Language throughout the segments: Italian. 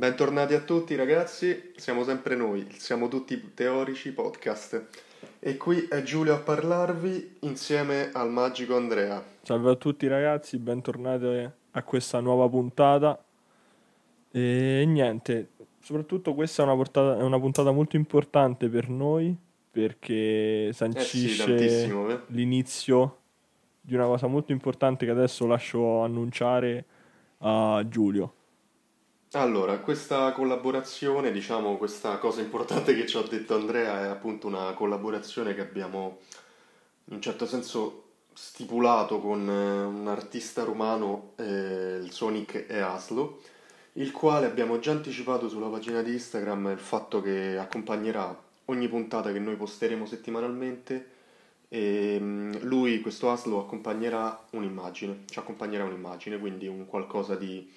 Bentornati a tutti ragazzi, siamo sempre noi, siamo tutti teorici podcast e qui è Giulio a parlarvi insieme al magico Andrea. Salve a tutti ragazzi, bentornati a questa nuova puntata. E niente, soprattutto questa è una puntata molto importante per noi perché Eh sì, sancisce tantissimo, l'inizio di una cosa molto importante che adesso lascio annunciare a Giulio. Allora, questa collaborazione, diciamo, questa cosa importante che ci ha detto Andrea è appunto una collaborazione che abbiamo in un certo senso stipulato con un artista romano, il Sonic e Aslo, il quale abbiamo già anticipato sulla pagina di Instagram il fatto che accompagnerà ogni puntata che noi posteremo settimanalmente e lui, questo Aslo, ci accompagnerà un'immagine, quindi un qualcosa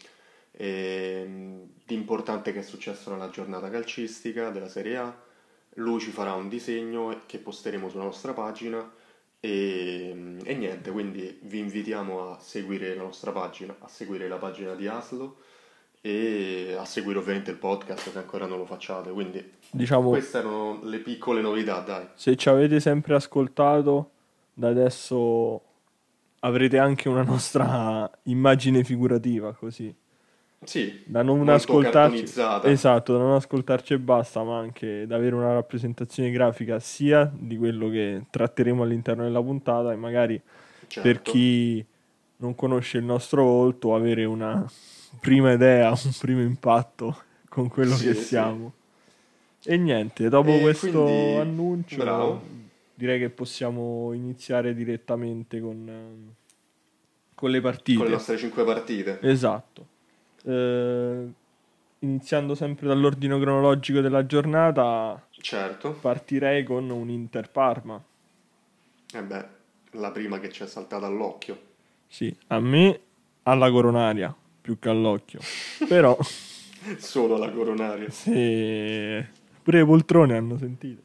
di importante che è successo nella giornata calcistica della Serie A. Lui ci farà un disegno che posteremo sulla nostra pagina e niente, quindi vi invitiamo a seguire la nostra pagina, a seguire la pagina di Aslo e a seguire ovviamente il podcast se ancora non lo facciate. Quindi Diciamo, queste erano le piccole novità, dai. se ci avete sempre ascoltato, da adesso avrete anche una nostra immagine figurativa, così. Sì, Da non molto ascoltarci, cartonizzata. esatto, da non ascoltarci e basta, ma anche da avere una rappresentazione grafica sia di quello che tratteremo all'interno della puntata e magari per Certo. chi non conosce il nostro volto avere una prima idea, un primo impatto con quello che Sì, sì. siamo. E niente, dopo E questo quindi, annuncio bravo, direi che possiamo iniziare direttamente con le con le partite. nostre 5 partite. Esatto. Eh, Iniziando sempre dall'ordine cronologico della giornata, Certo. partirei con un Inter-Parma. E beh, la prima che ci è saltata all'occhio. Sì, a me alla coronaria, più che all'occhio. Però, Solo la coronaria. se... pure le poltrone hanno sentito.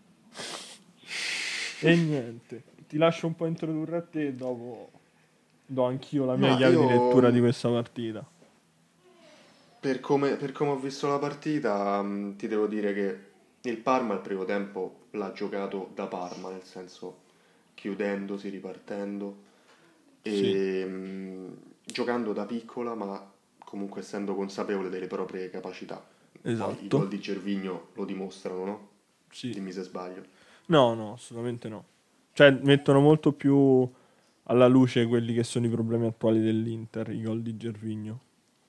E niente, ti lascio un po' introdurre a te e dopo do anch'io la mia Ma chiave di io, lettura di questa partita. per come ho visto la partita, ti devo dire che il Parma al primo tempo l'ha giocato da Parma, nel senso chiudendosi, ripartendo Sì, e giocando da piccola, ma comunque essendo consapevole delle proprie capacità. Poi i gol esatto. di Gervinho lo dimostrano, no? Sì. Dimmi se sbaglio. No, no, assolutamente no. Cioè, mettono molto più alla luce quelli che sono i problemi attuali dell'Inter, i gol di Gervinho.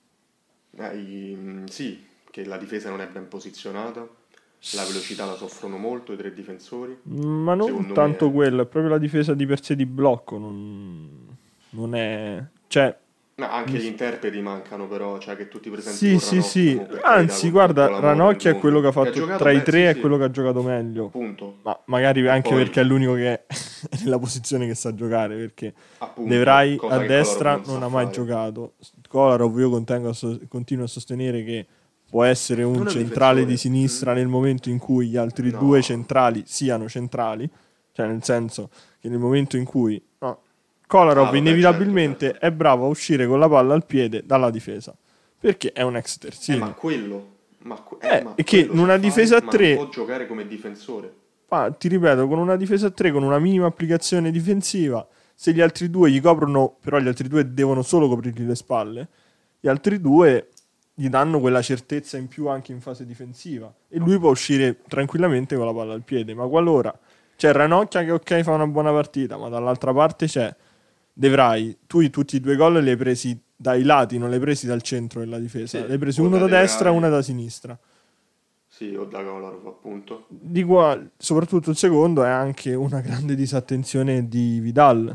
Sì, che la difesa non è ben posizionata, la velocità la soffrono molto i tre difensori. Ma non Secondo tanto me, quello, è proprio la difesa di per sé di blocco, non è... Cioè, no, anche mi gli s- interpreti mancano però, cioè che tu ti presenti sì, con sì, Ranocchia, sì. mo per carità, Anzi, con tutto guarda, l'amore del Ranocchia è quello che ha mondo, che ha fatto giocato tra i bene, sì tre, è quello sì, che ha giocato meglio. appunto, Ma magari e anche perché è poi l'unico che è nella posizione che sa giocare, perché De appunto, Vrij a cosa che Kolarov destra non sa non ha mai fare. giocato. Kolarov io continuo a sostenere che può essere un Non è un centrale di difensore, sinistra nel momento in cui gli altri due no, centrali siano centrali, cioè nel senso che nel momento in cui no, Kolarov vabbè certo inevitabilmente certo, è bravo a uscire con la palla al piede dalla difesa, perché è un ex ma terzino. quello, ma E che quello in sa una fare, difesa a ma non 3, può giocare come difensore. ti ripeto, con una difesa a 3, con una minima applicazione difensiva, se gli altri due gli coprono, però gli altri due devono solo coprirgli le spalle, gli altri due gli danno quella certezza in più anche in fase difensiva e lui può uscire tranquillamente con la palla al piede, ma qualora c'è Ranocchia che ok fa una buona partita, ma dall'altra parte c'è De Vrij, tu tutti e due gol li hai presi dai lati, non li hai presi dal centro della difesa, li hai Sì, presi o uno da da De destra e uno Vrij, da sinistra. sì, o da Kolarov appunto. Soprattutto il secondo è anche una grande disattenzione di Vidal,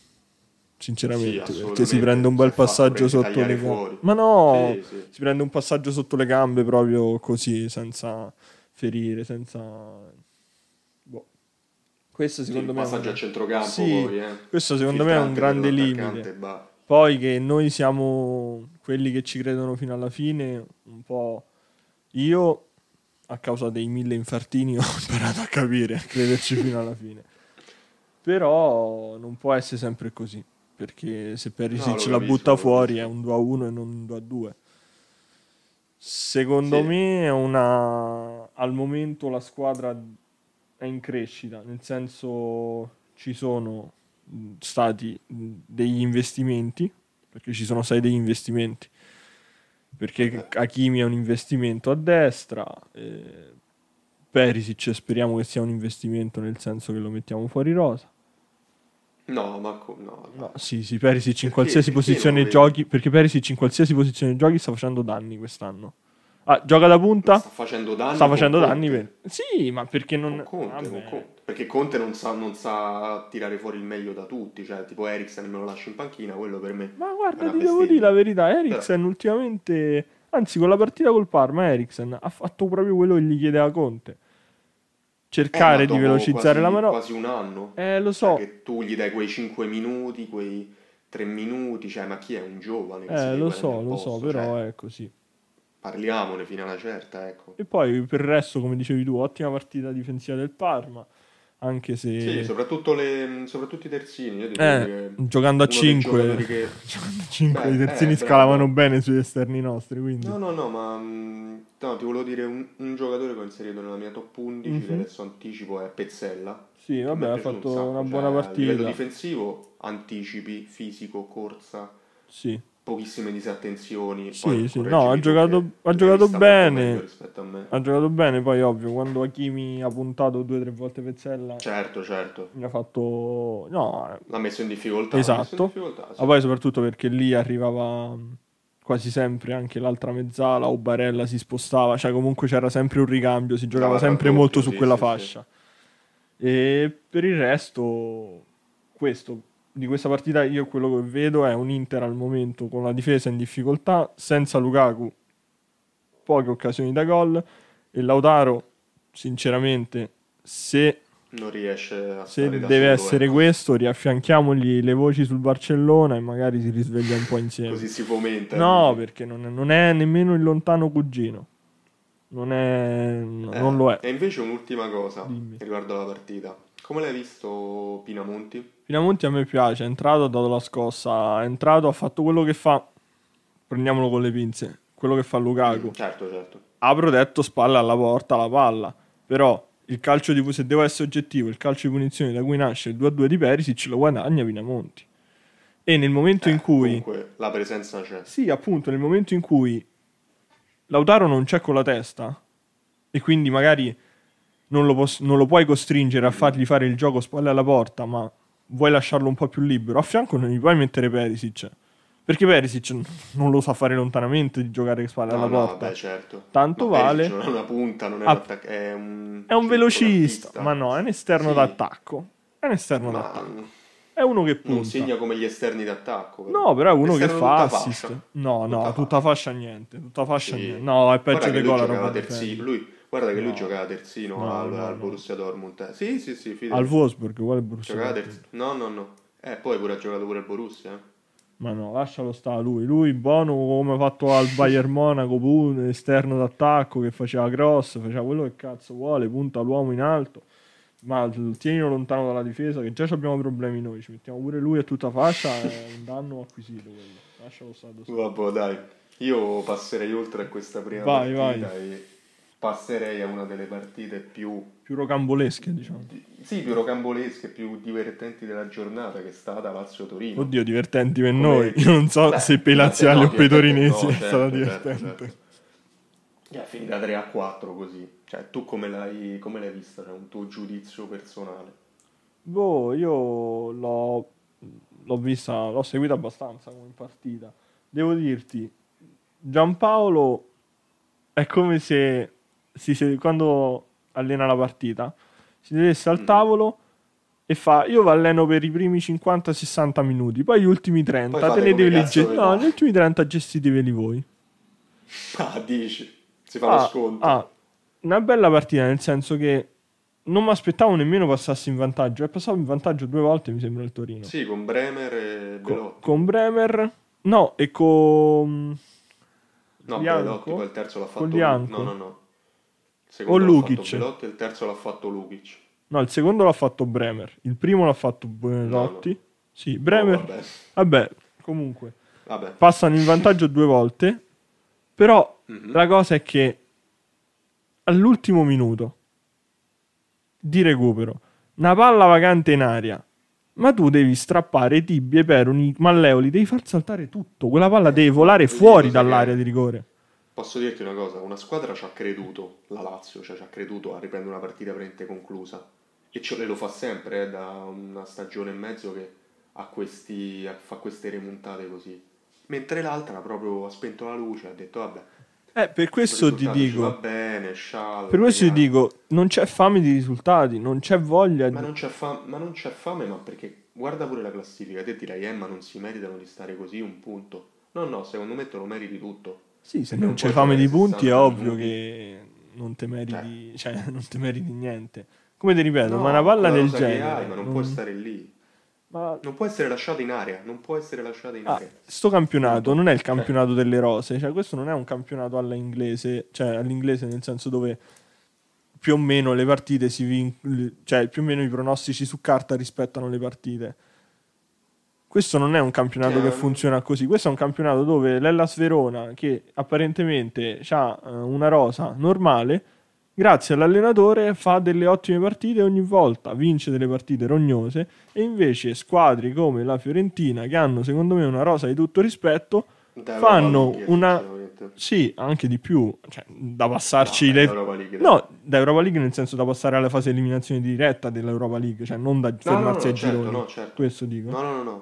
Sì, sinceramente, perché si prende assolutamente, un si bel è fatto passaggio sotto tagliare le gambe. fuori. Ma no, Sì, sì. si prende un passaggio sotto le gambe proprio così, senza ferire, senza... Boh. Questo Sì, un secondo me è passaggio a un... centrocampo Sì, poi, questo secondo me è un filtrante per grande limite. l'attaccante, bah. Poi che noi siamo quelli che ci credono fino alla fine, un po'... Io, a causa dei 1000 infartini, ho imparato a capire, a crederci fino alla fine. Però non può essere sempre così, perché se No, lo Perisic la capisco, butta lo fuori è capisco. un 2-1 e non un 2-2. Secondo Sì. me al momento la squadra è in crescita, nel senso ci sono stati degli investimenti, perché ci sono stati degli investimenti, perché Vabbè. Hakimi è un investimento a destra, Perisic speriamo che sia un investimento nel senso che lo mettiamo fuori rosa. No, no, No, dai. sì, sì, Perisic in Perché, qualsiasi perché non lo posizione vedi? giochi, perché Perisic in qualsiasi posizione giochi sta facendo danni quest'anno. Ah, gioca da Ma punta? sta facendo Sta danni con facendo danni. Conte. Sì, ma perché Con non... Conte, con Vabbè. Conte. Perché Conte non sa tirare fuori il meglio da tutti. Cioè, tipo Eriksen me lo lascio in panchina, quello per me Ma è guarda, una ti devo dire la bestemmia. verità, Però, Eriksen ultimamente... Anzi, con la partita col Parma, Eriksen ha fatto proprio quello che gli chiedeva Conte. ma Cercare di dopo velocizzare la manovra. quasi un anno, Lo cioè so, che tu gli dai quei 5 minuti, quei 3 minuti, cioè, ma chi è un giovane che si deve guadagnare un lo so, posto? Cioè, però è così. parliamone fino a una certa, ecco. E poi per il resto, come dicevi tu, ottima partita difensiva del Parma, anche Sì, se soprattutto i terzini, io ti devo dire che giocando a uno dei 5, giocatori che... giocando a 5 i terzini Bravo, scalavano bravo. bene sugli esterni nostri, quindi. No, no, no, ma no, ti volevo dire un giocatore che ho inserito nella mia top 11, che Mhm. adesso anticipo, è Pezzella, Sì, che mi vabbè, è ha piaciuto un fatto una sacco, cioè buona a livello partita. difensivo, anticipi, fisico, corsa, Sì, pochissime disattenzioni, sì, poi sì. No, correggimi tu che ha l'hai giocato vista molto meglio bene. rispetto a me. Ha giocato bene, poi ovvio, quando Hakimi ha puntato 2 o 3 volte Pezzella, Certo, certo, mi ha fatto... No, l'ha messo in esatto. difficoltà, Ma sì. poi soprattutto perché lì arrivava quasi sempre anche l'altra mezzala o Barella si spostava, cioè comunque c'era sempre un ricambio, si giocava Dava il sempre molto raddoppio, su sì, quella sì, sì. fascia. E per il resto, questo, di questa partita io quello che vedo è un Inter al momento con la difesa in difficoltà, senza Lukaku, poche occasioni da gol e Lautaro, sinceramente, se Non riesce a se stare da deve solo, essere ecco. questo, riaffianchiamogli le voci sul Barcellona e magari si risveglia un po' insieme. Così si fomenta, No, dici. perché non è nemmeno il lontano cugino. Non lo è. E invece un'ultima cosa Dimmi. riguardo la partita. Come l'hai visto Pinamonti? Pinamonti a me piace, è entrato, ha dato la scossa, è entrato, ha fatto quello che fa, prendiamolo con le pinze, quello che fa Lukaku. Certo, certo. Ha protetto spalle alla porta la palla, però il calcio di se devo essere oggettivo, il calcio di punizione da cui nasce il 2-2 di Perisic lo guadagna Pinamonti. E nel momento in cui, Comunque la presenza c'è. sì, appunto, nel momento in cui Lautaro non c'è con la testa e quindi magari non lo puoi costringere a fargli fare il gioco spalle alla porta, ma vuoi lasciarlo un po' più libero, a fianco non gli puoi mettere Perisic. Perché Perisic non lo sa fare lontanamente di giocare spalle alla No, no, porta. vabbè, certo. Ma Tanto Perisic vale. non è una punta, non è un Ah, attaccante, è un è un velocista, ma centrocampista. no, è un esterno Sì, d'attacco. È un esterno ma d'attacco. È uno che non punta. segna come gli esterni d'attacco, però. No, però è uno che L'esterno fa tutta fascia. assist. No, no, Tutta tutta fascia. fascia niente. Tutta fascia niente. Sì. No, è Guarda peggio che di lui gol la giocava roba terzino. difendi. Guarda che lui No, giocava terzino no, no, al no. Borussia Dortmund. Sì, sì, sì, Al fidati. Wolfsburg, uguale Borussia Giocava Dortmund. terzino. No, no, no. Poi pure ha giocato pure al Borussia. Ma no, lascialo stare lui. Lui, buono come ha fatto al Bayern Monaco, esterno d'attacco che faceva cross, faceva quello che cazzo vuole, punta l'uomo in alto. Ma tienilo lontano dalla difesa, che già abbiamo problemi noi. Ci mettiamo pure lui a tutta fascia, è un danno acquisito quello. Lascialo stare. Vabbè, dai. Io passerei oltre a questa prima Vai, vai. partita e passerei a una delle partite più, Più rocambolesche, diciamo. sì, più rocambolesche, più divertenti della giornata, che è stata Lazio-Torino. Oddio, divertenti per noi. Come... Io non so se Beh, per i laziali no, o per i divertente torinesi no, è stata certo, certo, divertente. certo. È finita 3-4 così. Cioè, tu come l'hai vista? Cioè, un tuo giudizio personale? Boh, io l'ho vista, l'ho seguita abbastanza come partita. Devo dirti, Giampaolo è come se quando allena la partita si sedesse al Mhm. tavolo e fa: io vi alleno per i primi 50-60 minuti, poi gli ultimi Poi 30 fate come cazzo vi no, gli pare. ultimi 30 gestiteveli voi. Ah, dici? Si fa lo Ah, sconto. una bella partita, nel senso che non mi aspettavo nemmeno passasse in vantaggio. È passato in vantaggio 2 volte, mi sembra, il Torino. Sì, con Bremer e Belotti. Con Bremer, no, e con No, Belotti, poi Lianco, il terzo l'ha con fatto Lukic. No, Lianco no, no. Il o secondo l'ha fatto Lukic. Belotti e il terzo l'ha fatto Lukic. No, il secondo l'ha fatto Bremer, il primo l'ha fatto No, no. Belotti. Sì, Boh, Bremer. vabbè. Vabbè, comunque Vabbè. passano in vantaggio 2 volte, però Mhm. La cosa è che all'ultimo minuto di recupero, una palla vagante in aria, ma tu devi strappare tibie, peroni, malleoli, devi far saltare tutto. Quella palla deve Ma volare vedi, fuori lo sai dall'area che di rigore. posso dirti una cosa, una squadra ci ha creduto, la Lazio, cioè ci ha creduto a riprendere una partita praticamente conclusa e lo fa sempre, da una stagione e mezzo che fa queste remontate così. Mentre l'altra proprio ha spento la luce, ha detto vabbè, Per il questo ti risultato ci va dico, bene, sciallo, giochiamo. non c'è fame di risultati, non c'è voglia Ma di... non c'è fame, ma perché guarda pure la classifica, te dirai, ma non si meritano di stare così un punto. No, no, secondo me te lo meriti tutto, Sì, se perché non non c'è puoi fame giocare di punti è 60 ovvio minuti. che non te Cioè, meriti, cioè, non te meriti niente. Come ti ripeto, ma una no, ma palla con la del rosa che hai, genere, ma non puoi stare lì. ma Non può essere lasciata in aria, non può essere lasciata in aria. sto campionato non Punto. è il Cioè, campionato delle rose, cioè questo non è un campionato alla inglese, cioè all'inglese nel senso dove più o meno le partite cioè più o meno i pronostici su carta rispettano le partite. Questo non è un campionato che eh, funziona così, questo è un campionato dove l'Hellas Verona, che apparentemente ha una rosa normale, grazie all'allenatore fa delle ottime partite ogni volta, vince delle partite rognose e invece squadre come la Fiorentina, che hanno secondo me una rosa di tutto rispetto, da Europa fanno League, una... sinceramente. Sì, anche di più, cioè, da No, passarci beh, da le... Europa League, dai. No, da Europa League nel senso da passare alla fase eliminazione diretta dell'Europa League, cioè non da No, no, no, fermarsi no, ai certo, gironi, no, certo. questo dico. No, no, no, no.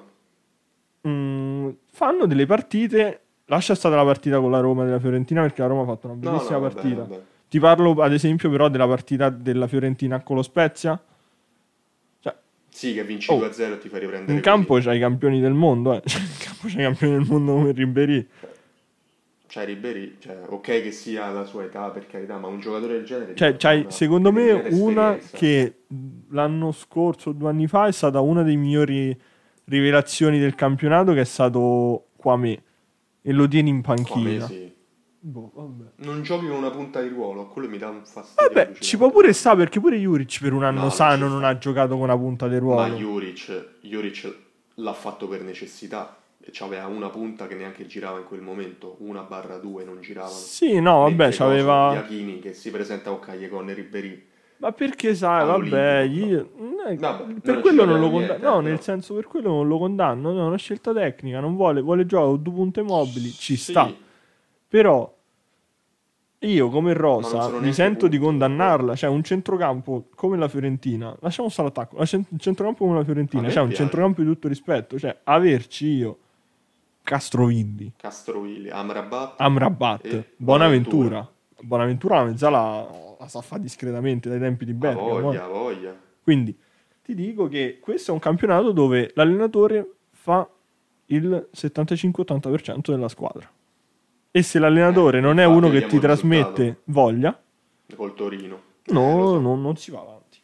Fanno delle partite. Lascia stare la partita con la Roma della Fiorentina perché la Roma ha fatto una No, bellissima no, vabbè, partita. vabbè. Ti parlo ad esempio però della partita della Fiorentina con lo Spezia. Cioè, Sì, che vinci oh, 2-0 e ti fai in riprendere così. campo c'hai i campioni del mondo, eh. Cioè, in campo c'hai i campioni del mondo come Ribéry. Cioè, Ribéry, cioè, ok che sia alla sua età, per carità, ma un giocatore del genere ti Cioè, porta c'hai una secondo me determinata una esperienza. che l'anno scorso, 2 anni fa, è stata una delle migliori rivelazioni del campionato, che è stato Quame. E lo tieni in Qua a me panchina. sì. Boh, vabbè. Non giochi con una punta di ruolo, quello mi dà un fastidio Vabbè, ci può allucinante pure proprio. stare perché pure Juric per un anno No, non ci sano non sta. ha giocato con una punta di Ma ruolo. Juric l'ha fatto per necessità. E c'aveva una punta che neanche girava in quel momento, 1/2 non giravano. Sì, no, vabbè, Mentre coso, c'aveva... Iachini che si presenta con Cagliacon e Ribéry Ma perché sai, vabbè, all'Olimpico, no. Vabbè, noi per non ci quello non lo capiamo condanno. niente, No, nel però. senso, per quello non lo condanno. No, è una scelta tecnica, non vuole giocare con 2 punte mobili, ci sta. Sì, Però io come ma non Rosa sono mi neanche sento di punte, però. condannarla. Cioè, un centrocampo come la Fiorentina, lasciamo stare l'attacco, un centrocampo come la A Fiorentina, me cioè un piace. centrocampo di tutto rispetto. Cioè, averci io, Castrovilli, Castrovilli, Amrabat Amrabat, e Bonaventura. Bonaventura. Bonaventura la mezzala la sa fa discretamente dai tempi di A Bergamo. voglia, a voglia. Quindi ti dico che questo è un campionato dove l'allenatore fa il 75-80% della squadra. E se l'allenatore non è Infatti uno che vediamo ti il risultato trasmette voglia, col Torino. Lo no, so. non si va avanti.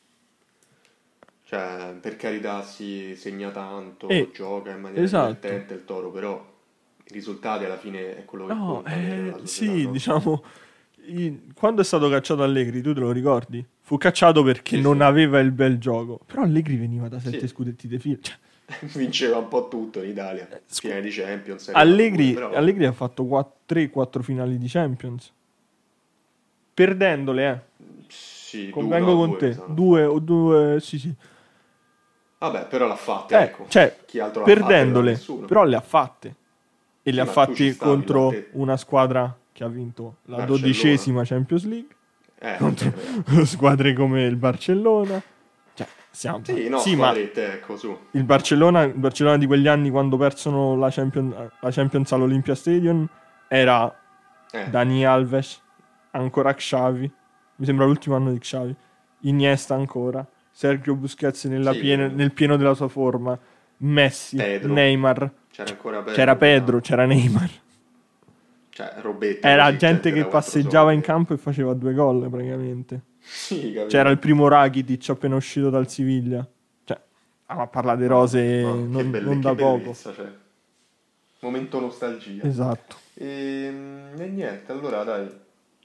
Cioè, per carità si segna tanto, E gioca in maniera esatto. divertente il Toro, però i risultati alla fine è quello che No, conta per la società, sì, no? diciamo, quando è stato cacciato Allegri, tu te lo ricordi? Fu cacciato perché Sì, non sì. aveva il bel gioco. Però Allegri veniva da 7 Sì, scudetti di fila. Cioè, vinceva un po' tutto in Italia. scu- Finale di Champions è arrivato pure, però Allegri ha fatto 3-4 finali di Champions. Perdendole, eh. sì, Convengo no, con due mi te. sa l'ha Due o fatte. due, sì, sì. Vabbè, però l'ha fatte, ecco. Cioè, Chi altro l'ha fatte però? perdendole, Nessuno. però le ha fatte. E le Sì, ha ma tu ci fatte stavi là, contro te, una squadra che ha vinto la Barcellona. 12ª Champions League, contro Vabbè. squadre come il Barcellona. Cioè, siamo... Sì, no, Sì, ma squadrette, ecco, su. il Barcellona di quegli anni quando persero la Champions all'Olympia Stadium era Eh, Dani Alves, ancora Xavi, mi sembra l'ultimo anno di Xavi, Iniesta ancora, Sergio Busquets sì, nel pieno della sua forma, Messi, Pedro. Neymar, C'era ancora c'era Pedro, Pedro, Milano. c'era Neymar, Cioè, robette era così, gente gente che da quattro passeggiava in soldi. campo e faceva 2 gol praticamente. Sì, C'era il capito. primo Rakitic appena uscito dal Siviglia, cioè, a parlare di Mamma mia, rose no, non che da poco. bellezza, cioè. Momento nostalgia. Esatto. E niente, allora dai,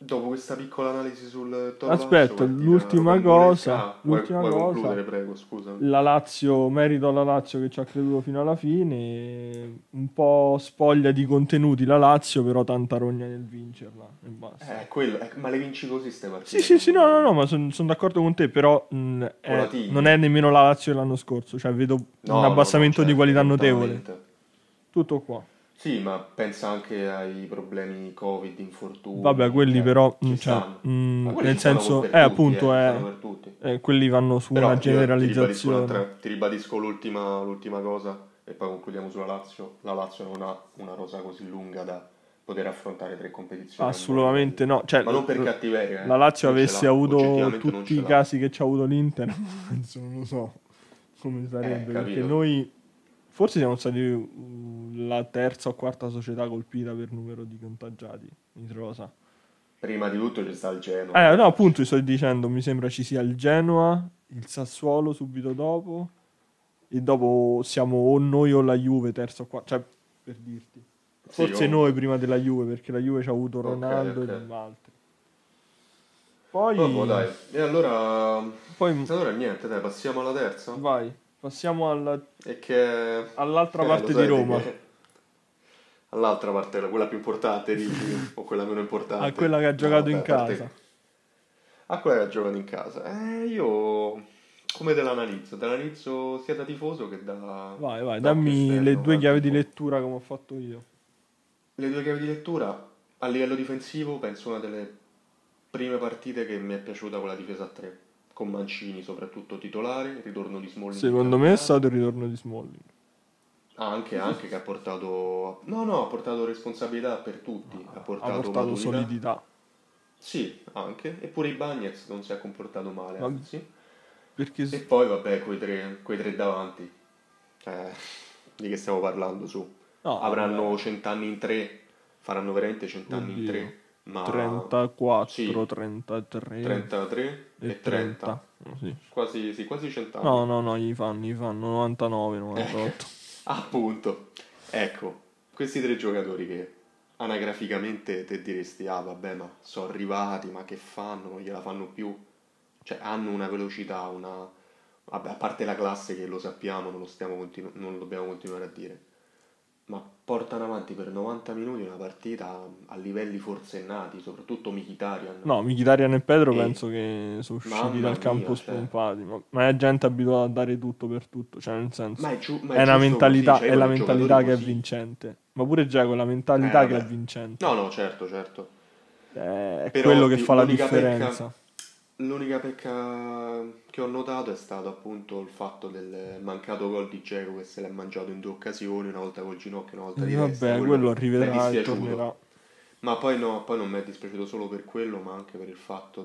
dopo questa piccola analisi sul Toro Lazio, Aspetta, partita l'ultima rocambolesca. cosa, Ah, l'ultima vuoi cosa, concludere, prego, scusami. la Lazio, merito alla Lazio che ci ha creduto fino alla fine, un po' spoglia di contenuti la Lazio, però tanta rogna nel vincerla e basta. Ma le vinci così ste Sì, partite, sì, sì, secondo no, no, me. no, ma sono d'accordo con te, però non è Volatilli? nemmeno la Lazio dell'anno scorso, cioè vedo un No, no, no, abbassamento di certo, qualità notevole. lontanamente. Tutto qua. Sì, ma pensa anche ai problemi Covid, Vabbè, infortuni, quelli cioè, però, ci cioè, stanno. Ma quelli nel ci stanno senso, per tutti, appunto, ci stanno per tutti. quelli vanno su una Però io generalizzazione. ti ribadisco l'ultima cosa e poi concludiamo sulla Lazio. La Lazio non ha una rosa così lunga da poter affrontare 3 competizioni a un buon Assolutamente livello. no. Cioè, Ma non per cattiveria, la Lazio non ce avesse l'ha, avuto oggettivamente non tutti ce i l'ha. casi che ci ha avuto l'Inter, penso, non lo so come sarebbe, perché Capito? noi forse siamo stati la terza o quarta società colpita per numero di contagiati in rosa. Prima di tutto ci sta il Genoa, No, ragazzi. appunto, vi sto dicendo, mi sembra ci sia il Genoa, il Sassuolo subito dopo, e dopo siamo o noi o la Juve, terzo o quarto, cioè, per dirti. Sì, Forse noi comunque. prima della Juve, perché la Juve ci ha avuto Ok, Ronaldo ok. e altri. Vabbè, Poi, dai. E allora... poi Allora niente, dai, passiamo alla terza. vai, passiamo E che... all'altra Lo parte di sai di Roma, che... All'altra parte, quella più importante, dici? O quella meno a importante? quella che ha No, giocato vabbè, in a parte... casa. A quella che ha giocato in casa. Io... Come te l'analizzo? Te l'analizzo sia da tifoso che Vai, vai, da occhio dammi le esterno due al chiavi di tifo. lettura come ho fatto io. Le due chiavi di lettura, a livello difensivo, penso una delle prime partite che mi è piaciuta con la difesa a 3, con Mancini soprattutto titolare, il ritorno di Smalling in Secondo me è stato campionato, il ritorno di Smalling. anche che ha portato... No, no, ha portato responsabilità per tutti, ha Ha portato portato maturità, solidità. sì, anche, eppure i Bagnets non si è comportato male, Ma anzi. perché... E poi, vabbè, quei tre davanti, cioè, di che stiamo parlando su? No, Avranno vabbè, 100 anni in tre, faranno veramente 100 anni in oddio. tre, ma 34, sì, 33 33 e e 30. 30, Oh, sì. quasi, sì, quasi 100 No, anni. no, no, gli fanno 99, 98. Appunto, ecco, questi tre giocatori che anagraficamente te diresti, ah vabbè, ma sono arrivati, ma che fanno, non gliela fanno più. Cioè, hanno una velocità, una... Vabbè, a parte la classe che lo sappiamo, non lo dobbiamo continuare a dire, ma portano avanti per 90 minuti una partita a livelli forsennati, soprattutto Mkhitaryan. No, Mkhitaryan e Pedro E, penso che sono usciti mamma dal campo mia, cioè... spompati, ma è gente abituata a dare tutto per tutto, cioè nel senso Ma è è una giusto così, mentalità, cioè è io la voglio giocatori mentalità che è così. vincente. Ma pure Dzeko è la mentalità che è Vabbè. No, vincente. no, certo, certo. È quello Però che fa la l'unica pecca, differenza. l'unica pecca che ho notato è stato appunto il fatto del mancato gol di Dzeko che se l'è mangiato in 2 occasioni, una volta col ginocchio, una volta di testa. Vabbè, quello Quello mi è arriverà e tornerà. dispiaciuto. Ma poi no, poi non mi è dispiaciuto solo per quello, ma anche per il fatto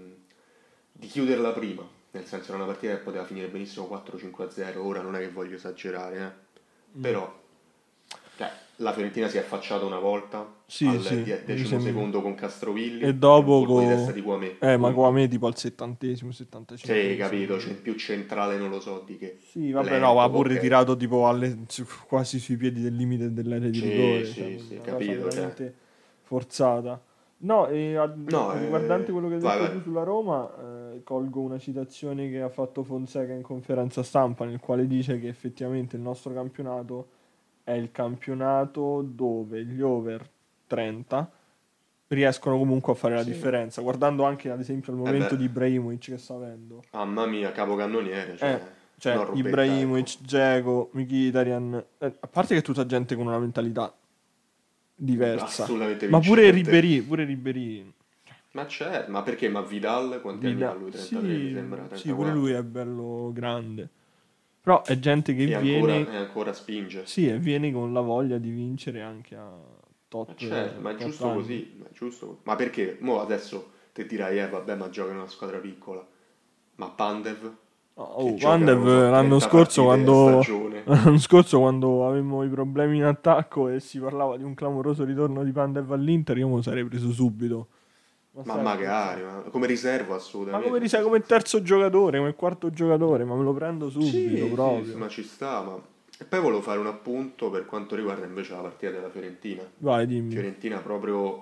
di chiuderla prima. Nel senso era una partita che poteva finire benissimo 4-5-0, ora non è che voglio esagerare, Mm. Però cioè, la Fiorentina si è affacciata una volta Sì, al sì, mi decimo sembra. secondo con E Castrovilli e un dopo colpo di testa di Guamè, Ma con punto. me tipo al 70esimo, Sì, 75esimo. capito, c'è più centrale non lo so di che, Sì, vabbè, no, lento, ma pure ok. tirato tipo quasi sui piedi del limite dell'area di Sì, rigore, cioè sì, sì, una cosa capito, cioè. veramente forzata. No, No, riguardante quello che hai vai, detto vai. tu sulla Roma, colgo una citazione che ha fatto Fonseca in conferenza stampa, nel quale dice che effettivamente il nostro campionato è il campionato dove gli over 30 riescono comunque a fare la Sì. differenza, guardando anche ad esempio il Beh, momento di Ibrahimovic che sta avendo. mamma mia, capocannoniere, Eh, cioè, non cioè rompetta, ecco. Ibrahimovic, Dzeko, Mkhitaryan, a parte che è tutta gente con una mentalità diversa, Assolutamente ma pure vincente. Ribéry, pure Ribéry, Ma c'è, ma perché? Ma Vidal quanti anni ha lui? 33 mi sembra, sì, sì, pure lui 34. è bello grande, però è gente che E viene, ancora spinge. sì, e viene con la voglia di vincere anche a Ma certo, ma è tot giusto anni. così, ma è giusto. Ma perché? Mo adesso ti dirai, vabbè, ma gioca in una squadra piccola. Ma Pandev, che Oh, gioca, non Pandev lo so, 30 partite a stagione. l'anno scorso quando avevamo i problemi in attacco e si parlava di un clamoroso ritorno di Pandev all'Inter, io me lo sarei preso subito. Ma Ma stai magari, scherzando? ma come riserva Ma come assolutamente. risai come terzo giocatore, come quarto giocatore, ma me lo prendo subito Sì, sì, sì, proprio. ma ci sta, ma... E poi volevo fare un appunto per quanto riguarda invece la partita della Fiorentina. Vai, dimmi. Fiorentina proprio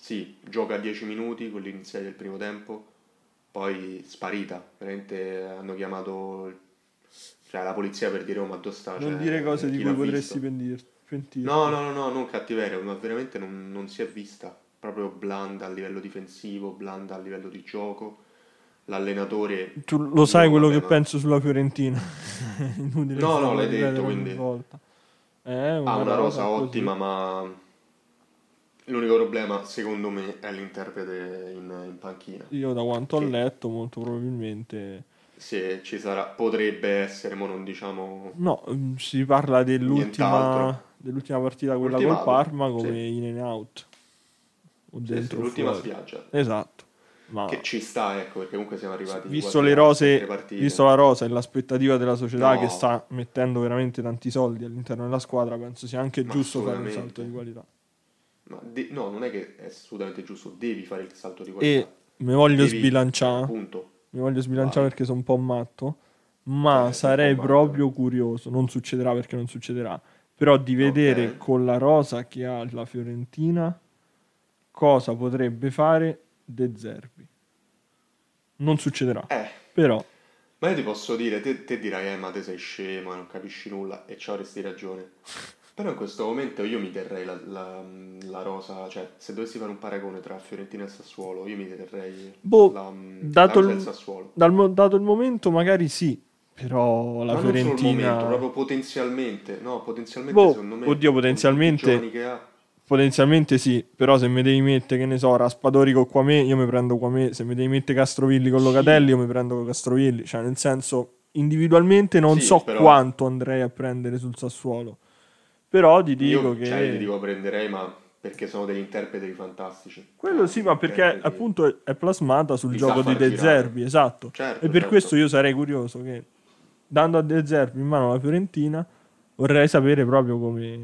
sì, gioca 10 minuti con l'iniziale del primo tempo, poi sparita. Veramente hanno chiamato cioè, la polizia per dire: "Oh, ma dove sta? Non dire cose Cioè, di chi cui l'ha potresti visto?" No, pentirti. no, no, no, non cattiveria, ma veramente non si è vista. Proprio blanda a livello difensivo, blanda a livello di gioco. L'allenatore, Tu lo sai io, quello vabbè, che ma... penso sulla Fiorentina. Inutile No, no, starlo a l'hai detto, ripetere ogni quindi volta. È ha una una rosa rosa così. ottima, ma l'unico problema, secondo me, è l'interprete in panchina. Io da quanto ho Che letto, molto probabilmente... se ci sarà, potrebbe essere, ma non diciamo No, si parla nient'altro. dell'ultima partita, quella col Ultimato, Parma, sì, come in and out, o sì, sì, dentro o l'ultima fuori. spiaggia. Esatto. Ma Che ci sta, ecco, perché comunque siamo arrivati visto quasi le a 7 rose, visto partite. la rosa e l'aspettativa della società che No, sta mettendo veramente tanti soldi all'interno della squadra, penso sia anche ma giusto fare un salto di assolutamente. qualità. No, non è che è assolutamente giusto, devi fare il salto di qualità. E mi voglio Devi, sbilanciare, punto. mi voglio sbilanciare Vai. perché sono un po' matto, ma Sei un po' sarei matto, proprio curioso, non succederà perché non succederà, però di Ok. vedere con la rosa che ha la Fiorentina cosa potrebbe fare De Zerbi. Non succederà, Eh, però, ma io ti posso dire, te dirai, ma te sei scemo, non capisci nulla, e ci avresti ragione. Però in questo momento io mi terrei la rosa, cioè se dovessi fare un paragone tra Fiorentina e Sassuolo, io mi terrei boh, la dato rosa del il, Sassuolo. dato il momento magari sì, però la Ma non solo il momento, Fiorentina... proprio potenzialmente. No, potenzialmente Boh, secondo me, oddio, con tutti i giovani che ha... potenzialmente sì, però se mi devi mettere, che ne so, Raspadori con Quamè, io mi prendo Quamè, se mi devi mettere Castrovilli con Locatelli, io Sì, mi prendo con Castrovilli, cioè nel senso, individualmente non sì, so però quanto andrei a prendere sul Sassuolo, però ti dico io, cioè, io ti che... dico prenderei, ma perché sono degli interpreti fantastici. Quello Cioè, sì, degli ma perché interpreti... appunto è plasmata sul Li sa gioco di far De girare. Zerbi, esatto, e Certo, per questo certo. io sarei curioso che, dando a De Zerbi in mano la Fiorentina, vorrei sapere proprio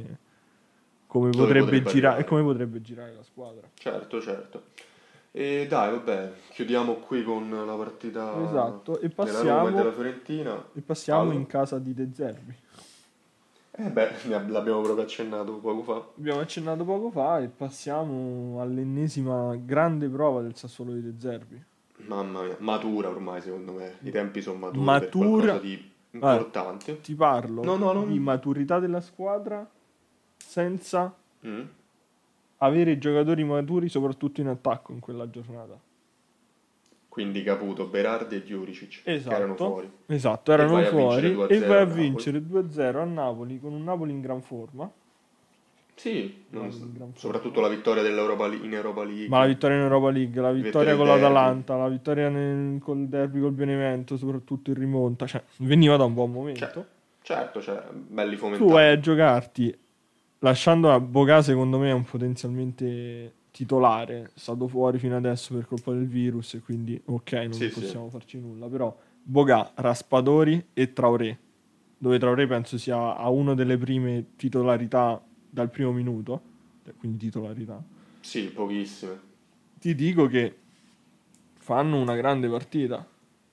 come Dove potrebbe potrebbe girare e arrivare. come potrebbe girare la squadra. Certo, certo. E dai, vabbè, chiudiamo qui con la partita Esatto, della Roma e della Fiorentina. e passiamo in Fallo. casa di De Zerbi. Beh, l'abbiamo proprio accennato poco fa. Abbiamo accennato poco fa e passiamo all'ennesima grande prova del Sassuolo di De Zerbi. Mamma mia, matura ormai secondo me. I tempi sono maturi per qualcosa Matura, di vabbè, importante. ti parlo No, no, di non... maturità della squadra senza Mm. avere giocatori maturi soprattutto in attacco in quella giornata. Quindi Caputo, Berardi e Juricic, che erano Esatto, fuori. esatto, E erano vai a vincere fuori e vai 2-0 a a Napoli. vincere 2-0 a Napoli con un Napoli in gran forma. Sì, Napoli in gran soprattutto forma. la vittoria in Europa Ma la League, vittoria in Europa League, la vittoria vittoria del con derby. l'Atalanta, la vittoria col derby col Benevento, soprattutto in rimonta, cioè veniva da un buon Cioè, momento. certo, cioè, belli Tu vai fomentati. a giocarti, lasciando a Boga, secondo me è un potenzialmente titolare, è stato fuori fino adesso per colpa del virus e quindi ok, non Sì, sì. possiamo farci nulla, però Boga, Raspadori e Traoré, dove Traoré penso sia a una delle prime titolarità dal primo minuto, quindi titolarità. Sì, pochissime. Ti dico che fanno una grande partita.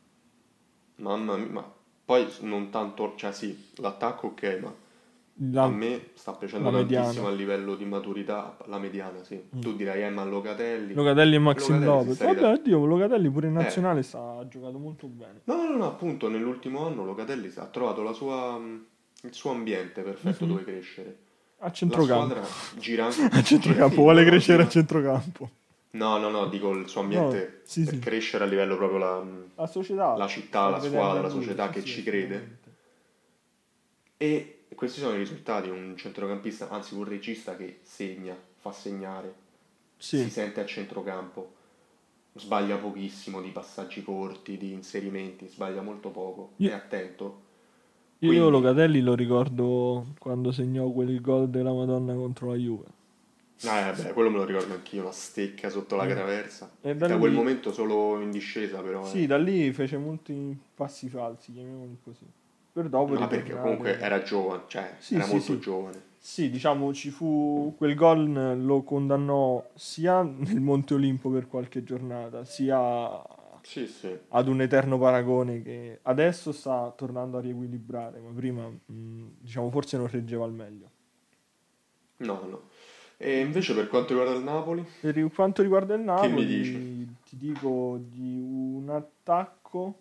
Mamma mia, ma poi non tanto, cioè sì, l'attacco ok, ma a La, me sta piacendo la tantissimo mediana. a livello di maturità la mediana, sì. Mm. Tu direi ma Locatelli. Locatelli e Maxim Locatelli si Lopez. sta Vabbè, ridando. oddio, Locatelli pure in Eh, nazionale ha giocato molto bene. no, no, no, appunto, nell'ultimo anno Locatelli ha trovato il suo ambiente perfetto Mhm. dove crescere. A La centrocampo. squadra gira, A centrocampo, sì, no, vuole no, crescere a gira. centrocampo. No, no, no, dico il suo No, ambiente sì, per sì. crescere a livello proprio La società la città, sta la vedendo squadra, in la lui, società sì, che sì, ci crede. assolutamente. E questi sono i risultati, un centrocampista, anzi un regista che segna, fa segnare, si Sì. sente a centrocampo, sbaglia pochissimo di passaggi corti, di inserimenti, sbaglia molto poco, è Io, attento. io Quindi, Locatelli lo ricordo quando segnò quel gol della Madonna contro la Juve. beh, quello me lo ricordo anch'io, una stecca sotto la Eh. traversa. E E da da quel lì, momento solo in discesa però, sì, da lì fece molti passi falsi, chiamiamoli così. Per dopo Ma perché comunque ritornare. era giovane, cioè Sì, era sì, molto sì. giovane. Sì, diciamo, ci fu quel gol lo condannò sia nel Monte Olimpo per qualche giornata, sia Sì, sì. ad un eterno paragone che adesso sta tornando a riequilibrare, ma prima, diciamo, forse non reggeva al meglio. No, no. E invece per quanto riguarda il Napoli, Per quanto riguarda il che mi dici? Napoli, ti dico di un attacco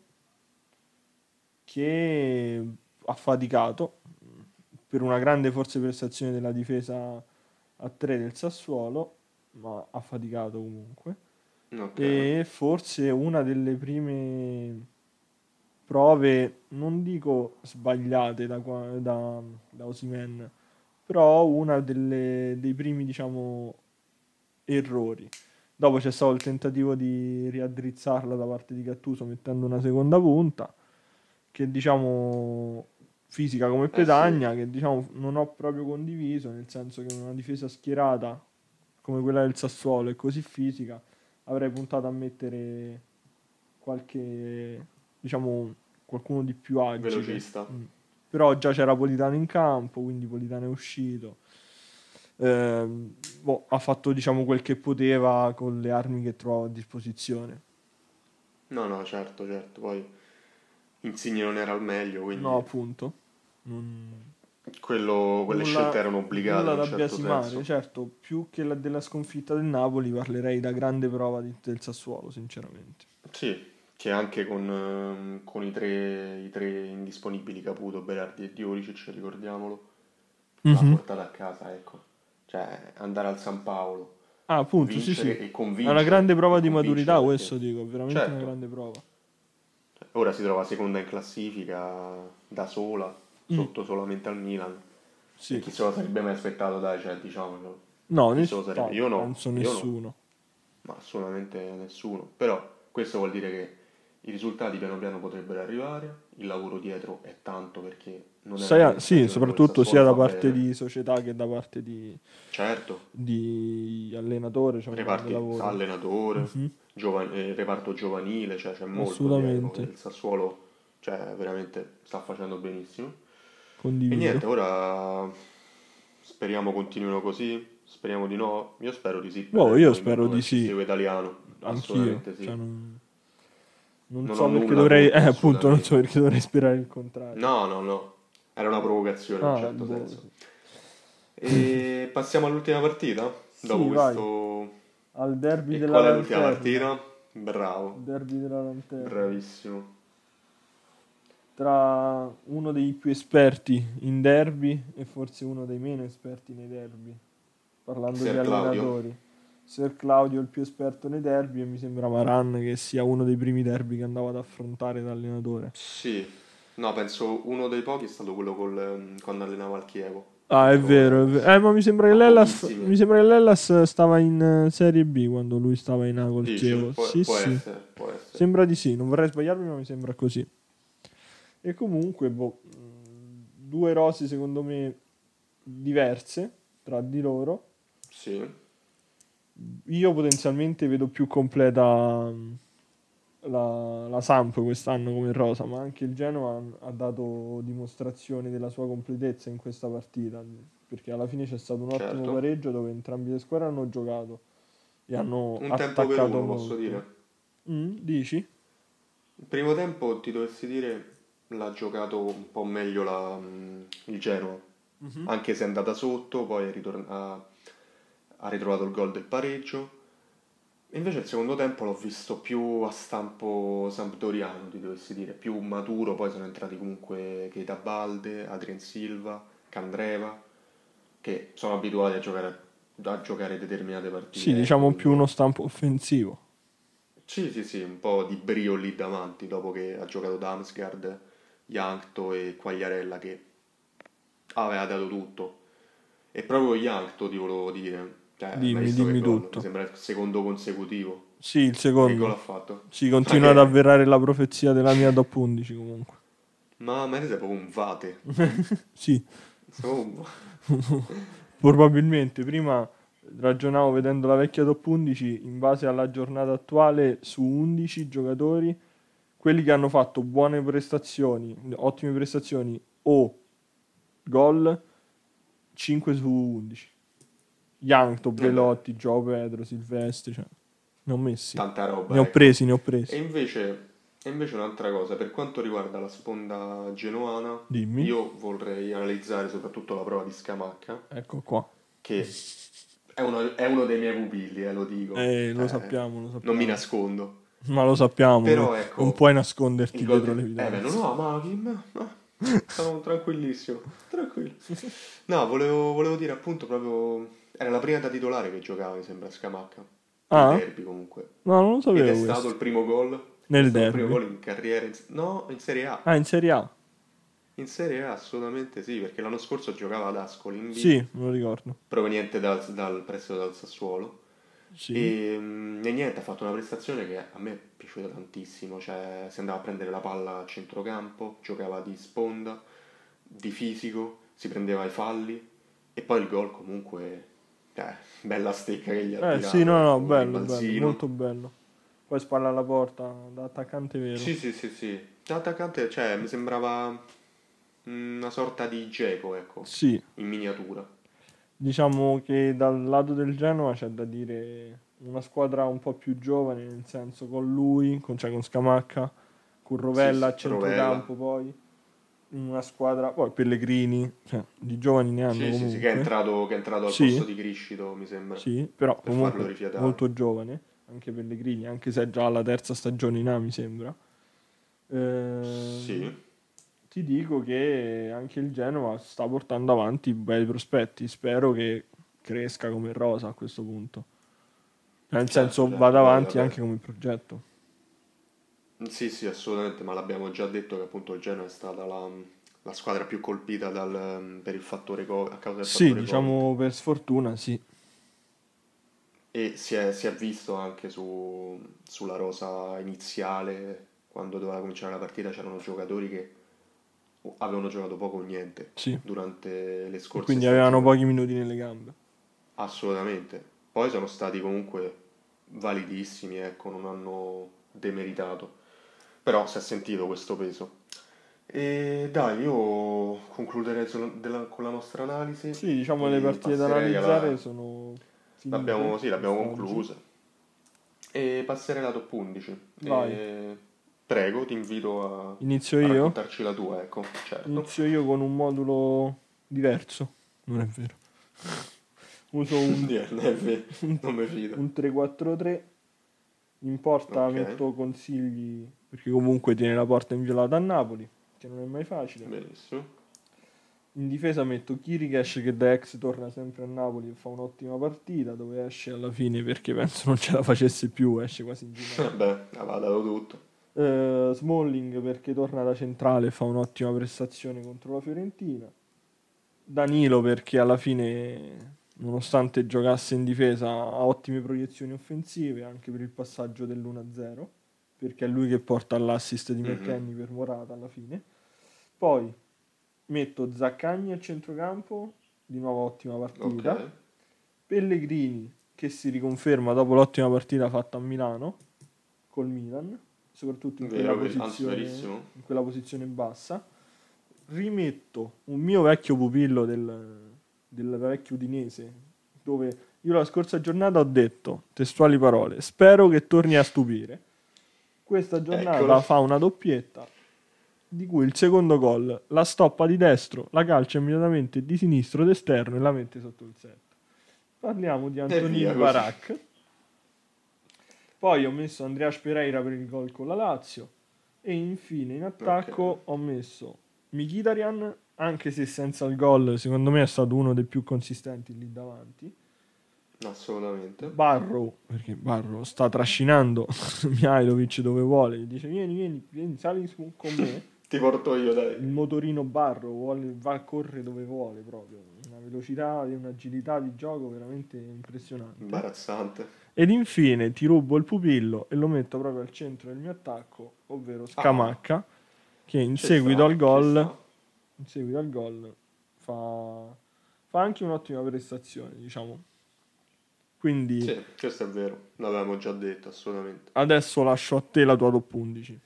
che ha faticato per una grande forse prestazione della difesa a 3 del Sassuolo, ma ha faticato comunque. Ok, E forse una delle prime prove, non dico sbagliate da Osimhen, però una dei primi, diciamo, errori. Dopo c'è stato il tentativo di riaddrizzarla da parte di Gattuso mettendo una seconda punta, che diciamo fisica come eh sì, Petagna, che diciamo non ho proprio condiviso, nel senso che una difesa schierata come quella del Sassuolo e così fisica, avrei puntato a mettere qualche, diciamo, qualcuno di più agile. velocista. Mm. Però già c'era Politano in campo, quindi Politano è uscito. Ha fatto, diciamo, quel che poteva con le armi che trovava a disposizione. No, no, certo, certo. Poi Insigne non era al meglio, No, quindi appunto. Non- quelle scelte erano obbligate in nulla un da certo biasimare. senso. Certo, più che della sconfitta del Napoli, parlerei da grande prova del Sassuolo, sinceramente. Sì, che anche con i tre indisponibili Caputo, Berardi e Dioricic, ricordiamolo, l'ha Mhm. portata a casa, ecco. Cioè, andare al San Paolo, Ah, appunto, sì, sì. vincere e È una grande convincere, prova e di convincere maturità, questo perché, dico, veramente una certo, grande prova. ora si trova seconda in classifica da sola, Mm, sotto solamente al Milan. E sì. chi se lo sarebbe mai aspettato, dai, cioè, diciamolo. No, Chi se lo sarebbe? no, penso Io no, nessuno. ma assolutamente nessuno. Però questo vuol dire che i risultati piano piano potrebbero arrivare, il lavoro dietro è tanto perché non è la prima Sì, stagione dove il soprattutto sia Sassuolo da fa parte bene. di società che da parte Certo, di allenatore, c'è un grande reparti lavoro. allenatore, Mhm, reparto giovanile, cioè c'è molto dietro e assolutamente, il Sassuolo, cioè, veramente sta facendo benissimo. E condivido. niente, ora speriamo continuino così, speriamo di no. Io spero di sì per Boh, il io spero movimento di sì, calcistico italiano, anch'io. assolutamente Cioè, sì. non Non ho so perché nulla dovrei, contro appunto, non so assolutamente. perché dovrei sperare il contrario. No, no, no, era una provocazione in un Ah, certo boh, senso. sì. E passiamo all'ultima partita, dopo Sì, vai, questo... al derby E della qual è l'ultima lanterna. partita? Bravo, Derby della lanterna. bravissimo. Tra uno dei più esperti in derby e forse uno dei meno esperti nei derby, parlando di Ser Claudio? allenatori. Ser Claudio è il più esperto nei derby e mi sembra Maran che sia uno dei primi derby che andava ad affrontare da allenatore. Sì. No, penso uno dei pochi è stato quello quando allenava al Chievo Ah, è contro vero, è vero. l'Hellas. Ma Ma Mi pochissimi. sembra che l'Hellas stava in Serie B quando lui stava in A col Dici? Chievo. Sì, Può sì. essere, può essere. Sembra di sì, non vorrei sbagliarmi, ma mi sembra così. E comunque, boh, due rosi secondo me diverse tra di loro. Sì, Io potenzialmente vedo più completa la Samp quest'anno come rosa, ma anche il Genoa ha dato dimostrazione della sua completezza in questa partita, perché alla fine c'è stato un ottimo certo. pareggio dove entrambi le squadre hanno giocato e hanno Un tempo per attaccato uno, posso molto. dire. Dici? Il primo tempo, ti dovessi dire, l'ha giocato un po' meglio il Genoa. Mhm. Anche se è andata sotto, poi ha ritrovato il gol del pareggio. E invece il secondo tempo l'ho visto più a stampo sampdoriano, ti dovessi dire, più maturo, poi sono entrati comunque Keita Balde, Adrien Silva, Candreva, che sono abituati a giocare determinate Sì, partite, ecco, diciamo più uno quindi stampo offensivo. sì, sì, sì, un po' di brio lì davanti, dopo che ha giocato Damsgaard, Jankto e Quagliarella che aveva dato tutto. E proprio Jankto ti volevo dire, cioè, mi hai Dimmi, visto che dimmi gol? Mi tutto. sembra il secondo consecutivo. Sì, il Ma che gol ha secondo. fatto? Si Ma continua ad che... avverare la profezia della mia top 11 comunque. Ma te sei proprio un vate. Sì, Sei proprio un... probabilmente. Prima ragionavo vedendo la vecchia top 11 in base alla giornata attuale su 11 giocatori, quelli che hanno fatto buone prestazioni, ottime prestazioni o gol 5 su 11. Yankto, Vabbè, Belotti, Gio Pedro, Silvestri, cioè, ne ho messi. tanta Ne roba, ho ecco. presi, ne ho E presi. invece, e invece un'altra cosa, per quanto riguarda la sponda genoana, Dimmi. io vorrei analizzare soprattutto la prova di Scamacca, Ecco qua. che è uno dei miei pupilli, lo dico. Lo sappiamo, Non mi nascondo. Ma lo sappiamo, Però non ecco, puoi il nasconderti gol dietro di... beh, non l'evidenza. ho amato, ma sono tranquillissimo, tranquillo. No, volevo dire appunto proprio... Era la prima da titolare che giocava, mi sembra, Scamacca. In Ah? derby comunque. No, non lo Ed è sapevo stato questo. il primo gol. Ed è Nel stato il primo derby. gol in carriera. No, in Serie A. Ah, in Serie A? In Serie A assolutamente sì, perché l'anno scorso giocava ad Ascoli in B, Sì, me lo ricordo. proveniente dal prestito dal Sassuolo. Sì. E niente, ha fatto una prestazione che a me è piaciuta tantissimo, cioè si andava a prendere la palla a centrocampo, giocava di sponda, di fisico, si prendeva i falli e poi il gol comunque, bella stecca che gli ha Sì, tirato, no, no, ecco, un bello, bello, ribalzino. molto bello. Poi spalla alla porta, da attaccante vero. Sì, sì, sì, sì. L'attaccante, cioè, mi sembrava una sorta di Dzeko, ecco, Sì, in miniatura. diciamo che dal lato del Genoa c'è da dire una squadra un po' più giovane, nel senso con lui, cioè con Scamacca, con Sì, Rovella sì, a Rovella. centrocampo poi, una squadra, poi Pellegrini, cioè di giovani ne hanno Sì, sì, sì, comunque. che è entrato al Sì, posto di Criscito, mi sembra, sì, però per farlo comunque rifiatare. molto giovane, anche Pellegrini, anche se è già alla terza stagione in A mi sembra. Sì. Ehm, Ti dico che anche il Genoa sta portando avanti bei prospetti. Spero che cresca come rosa a questo punto. Nel senso, Certo, vada poi avanti vabbè. anche come progetto. Sì, sì, assolutamente, ma l'abbiamo già detto che appunto il Genoa è stata la squadra più colpita per il fattore a causa del Sì, fattore Covid. diciamo per sfortuna, sì. E si è visto anche sulla rosa iniziale, quando doveva cominciare la partita, c'erano giocatori che avevano giocato poco o niente Sì. durante le E scorse quindi avevano stagioni. pochi minuti nelle gambe. Assolutamente. Poi sono stati comunque validissimi, ecco, non hanno demeritato. Però si è sentito questo peso. E dai, io concluderei con la nostra analisi Sì, diciamo le e partite da passerei analizzare alla... sono finite Sì, l'abbiamo quest'oggi. conclusa. E passerei alla top 11. Vai, Prego, ti invito inizio a io. raccontarci la tua, ecco, certo. Inizio io con un modulo diverso. Non è vero. Uso Niente, un, non mi fido. un 3-4-3. In porta Ok, metto consigli perché comunque tiene la porta inviolata a Napoli, che non è mai facile. benissimo. In difesa metto Kirikesh che da ex torna sempre a Napoli e fa un'ottima partita, dove esce alla fine perché penso non ce la facesse più, esce quasi in ginocchio. Vabbè, aveva dato tutto. Smalling perché torna da centrale e fa un'ottima prestazione contro la Fiorentina. Danilo perché alla fine, nonostante giocasse in difesa, ha ottime proiezioni offensive anche per il passaggio dell'1-0, perché è lui che porta all'assist di Mhm. McKennie per Morata alla fine. Poi metto Zaccagni a centrocampo, di nuovo ottima Ok, partita. Pellegrini che si riconferma dopo l'ottima partita fatta a Milano col Milan, soprattutto vero, anzi verissimo. in quella posizione bassa. Rimetto un mio vecchio pupillo del vecchio Udinese, dove io la scorsa giornata ho detto, testuali parole, spero che torni a stupire. Questa Eccolo. giornata fa una doppietta, di cui il secondo gol la stoppa di destro, la calcia immediatamente di sinistro d'esterno e la mette sotto il set. Parliamo di E Antonin via così. Barak. Poi ho messo Andrea Pereira per il gol con la Lazio. E infine in Ok, attacco ho messo Mkhitaryan, anche se senza il gol, secondo me è stato uno dei più consistenti lì davanti. assolutamente. Barrow, perché Barrow sta trascinando Mihailovic dove vuole, gli dice vieni, vieni, vieni, con me. Ti porto io, dai. Il motorino Barrow va a correre dove vuole proprio, una velocità e un'agilità di gioco veramente impressionante. Imbarazzante. Ed infine ti rubo il pupillo e lo metto proprio al centro del mio attacco, ovvero Ah, Scamacca, che in seguito al ci gol, sta. in seguito al gol fa anche un'ottima prestazione, diciamo. Quindi Sì, questo è vero, l'avevamo già detto, assolutamente. adesso lascio a te la tua top 11.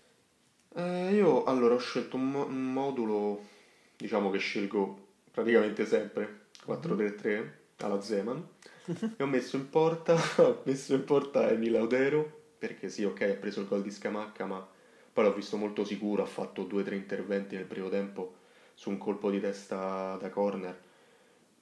Io allora ho scelto un modulo, diciamo che scelgo praticamente sempre, Mhm. 4-3-3, alla Zeman, e ho messo in porta, ho messo in porta Emile Laudero, perché sì, ok, ha preso il gol di Scamacca, ma poi l'ho visto molto sicuro, ha fatto 2 o 3 interventi nel primo tempo su un colpo di testa da corner,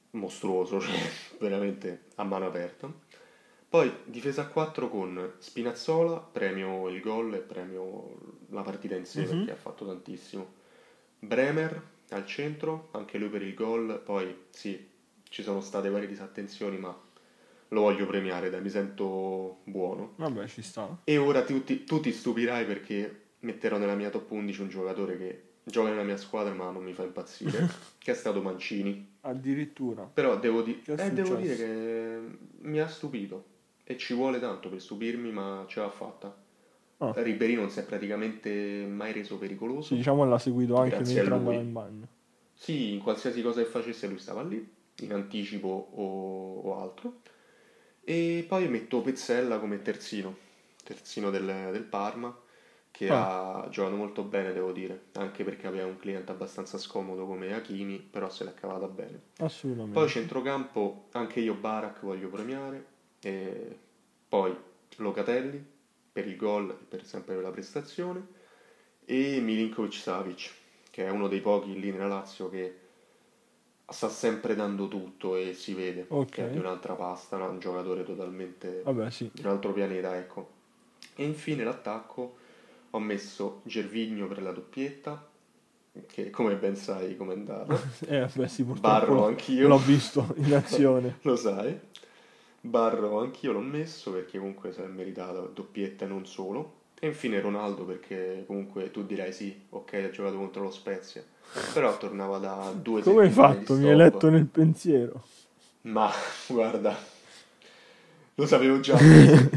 mostruoso, cioè veramente a mano aperta. Poi difesa a 4 con Spinazzola, premio il gol e premio la partita in sé Mhm. perché ha fatto tantissimo. Bremer al centro, anche lui per il gol. Poi sì, ci sono state varie disattenzioni, ma lo voglio premiare, dai, mi sento buono. Vabbè, ci sta. E ora tu ti stupirai perché metterò nella mia top 11 un giocatore che gioca nella mia squadra ma non mi fa impazzire, che è stato Mancini. Addirittura. Però Che è devo dire successo? che mi ha stupito e ci vuole tanto per stupirmi, ma ce l'ha fatta. Ah, Ribéry non si è praticamente mai reso sì, pericoloso, diciamo l'ha seguito anche grazie a mentre andava in lui. bagno. Sì, in qualsiasi cosa che facesse lui stava lì, in anticipo o altro. E poi metto Pezzella come terzino, terzino del Parma, che Ah, ha giocato molto bene, devo dire, anche perché aveva un cliente abbastanza scomodo come Hakimi, però se l'è cavata bene. Poi assolutamente. centrocampo, anche io Barak voglio premiare, e poi Locatelli per il gol e per sempre per la prestazione, e Milinkovic-Savic, che è uno dei pochi lì nella Lazio che sta sempre dando tutto e si vede Ok. che è di un'altra pasta, no? Un giocatore totalmente Vabbè, sì. di un altro pianeta, ecco. E infine l'attacco ho messo Gervinho per la doppietta, che come ben sai com'è andata. Vabbè, sì, purtroppo Barro anch'io, l'ho visto in azione. lo sai. Barro anch'io l'ho messo perché comunque si è meritato doppietta e non solo. E infine Ronaldo perché comunque tu dirai sì, ok, ha giocato contro lo Spezia, però tornava da due Come hai settimane di fatto? Mi hai stop. letto nel pensiero. Ma guarda, lo sapevo già mesi.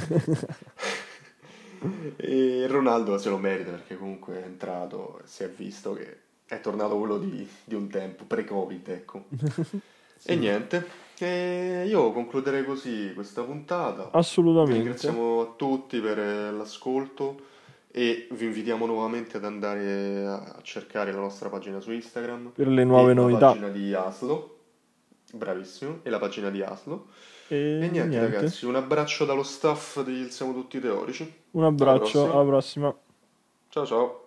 E Ronaldo se lo merita perché comunque è entrato e si è visto che è tornato quello di un tempo, pre-Covid, ecco. E Sì, niente, io concluderei così questa puntata. Vi assolutamente. ringraziamo a tutti per l'ascolto e vi invitiamo nuovamente ad andare a cercare la nostra pagina su Instagram Per le nuove e la novità. pagina di Aslo. Bravissimo, e la pagina di Aslo. E E niente niente. ragazzi, un abbraccio dallo staff di Siamo Tutti Teorici. Un Alla abbraccio, prossima. alla prossima. Ciao ciao.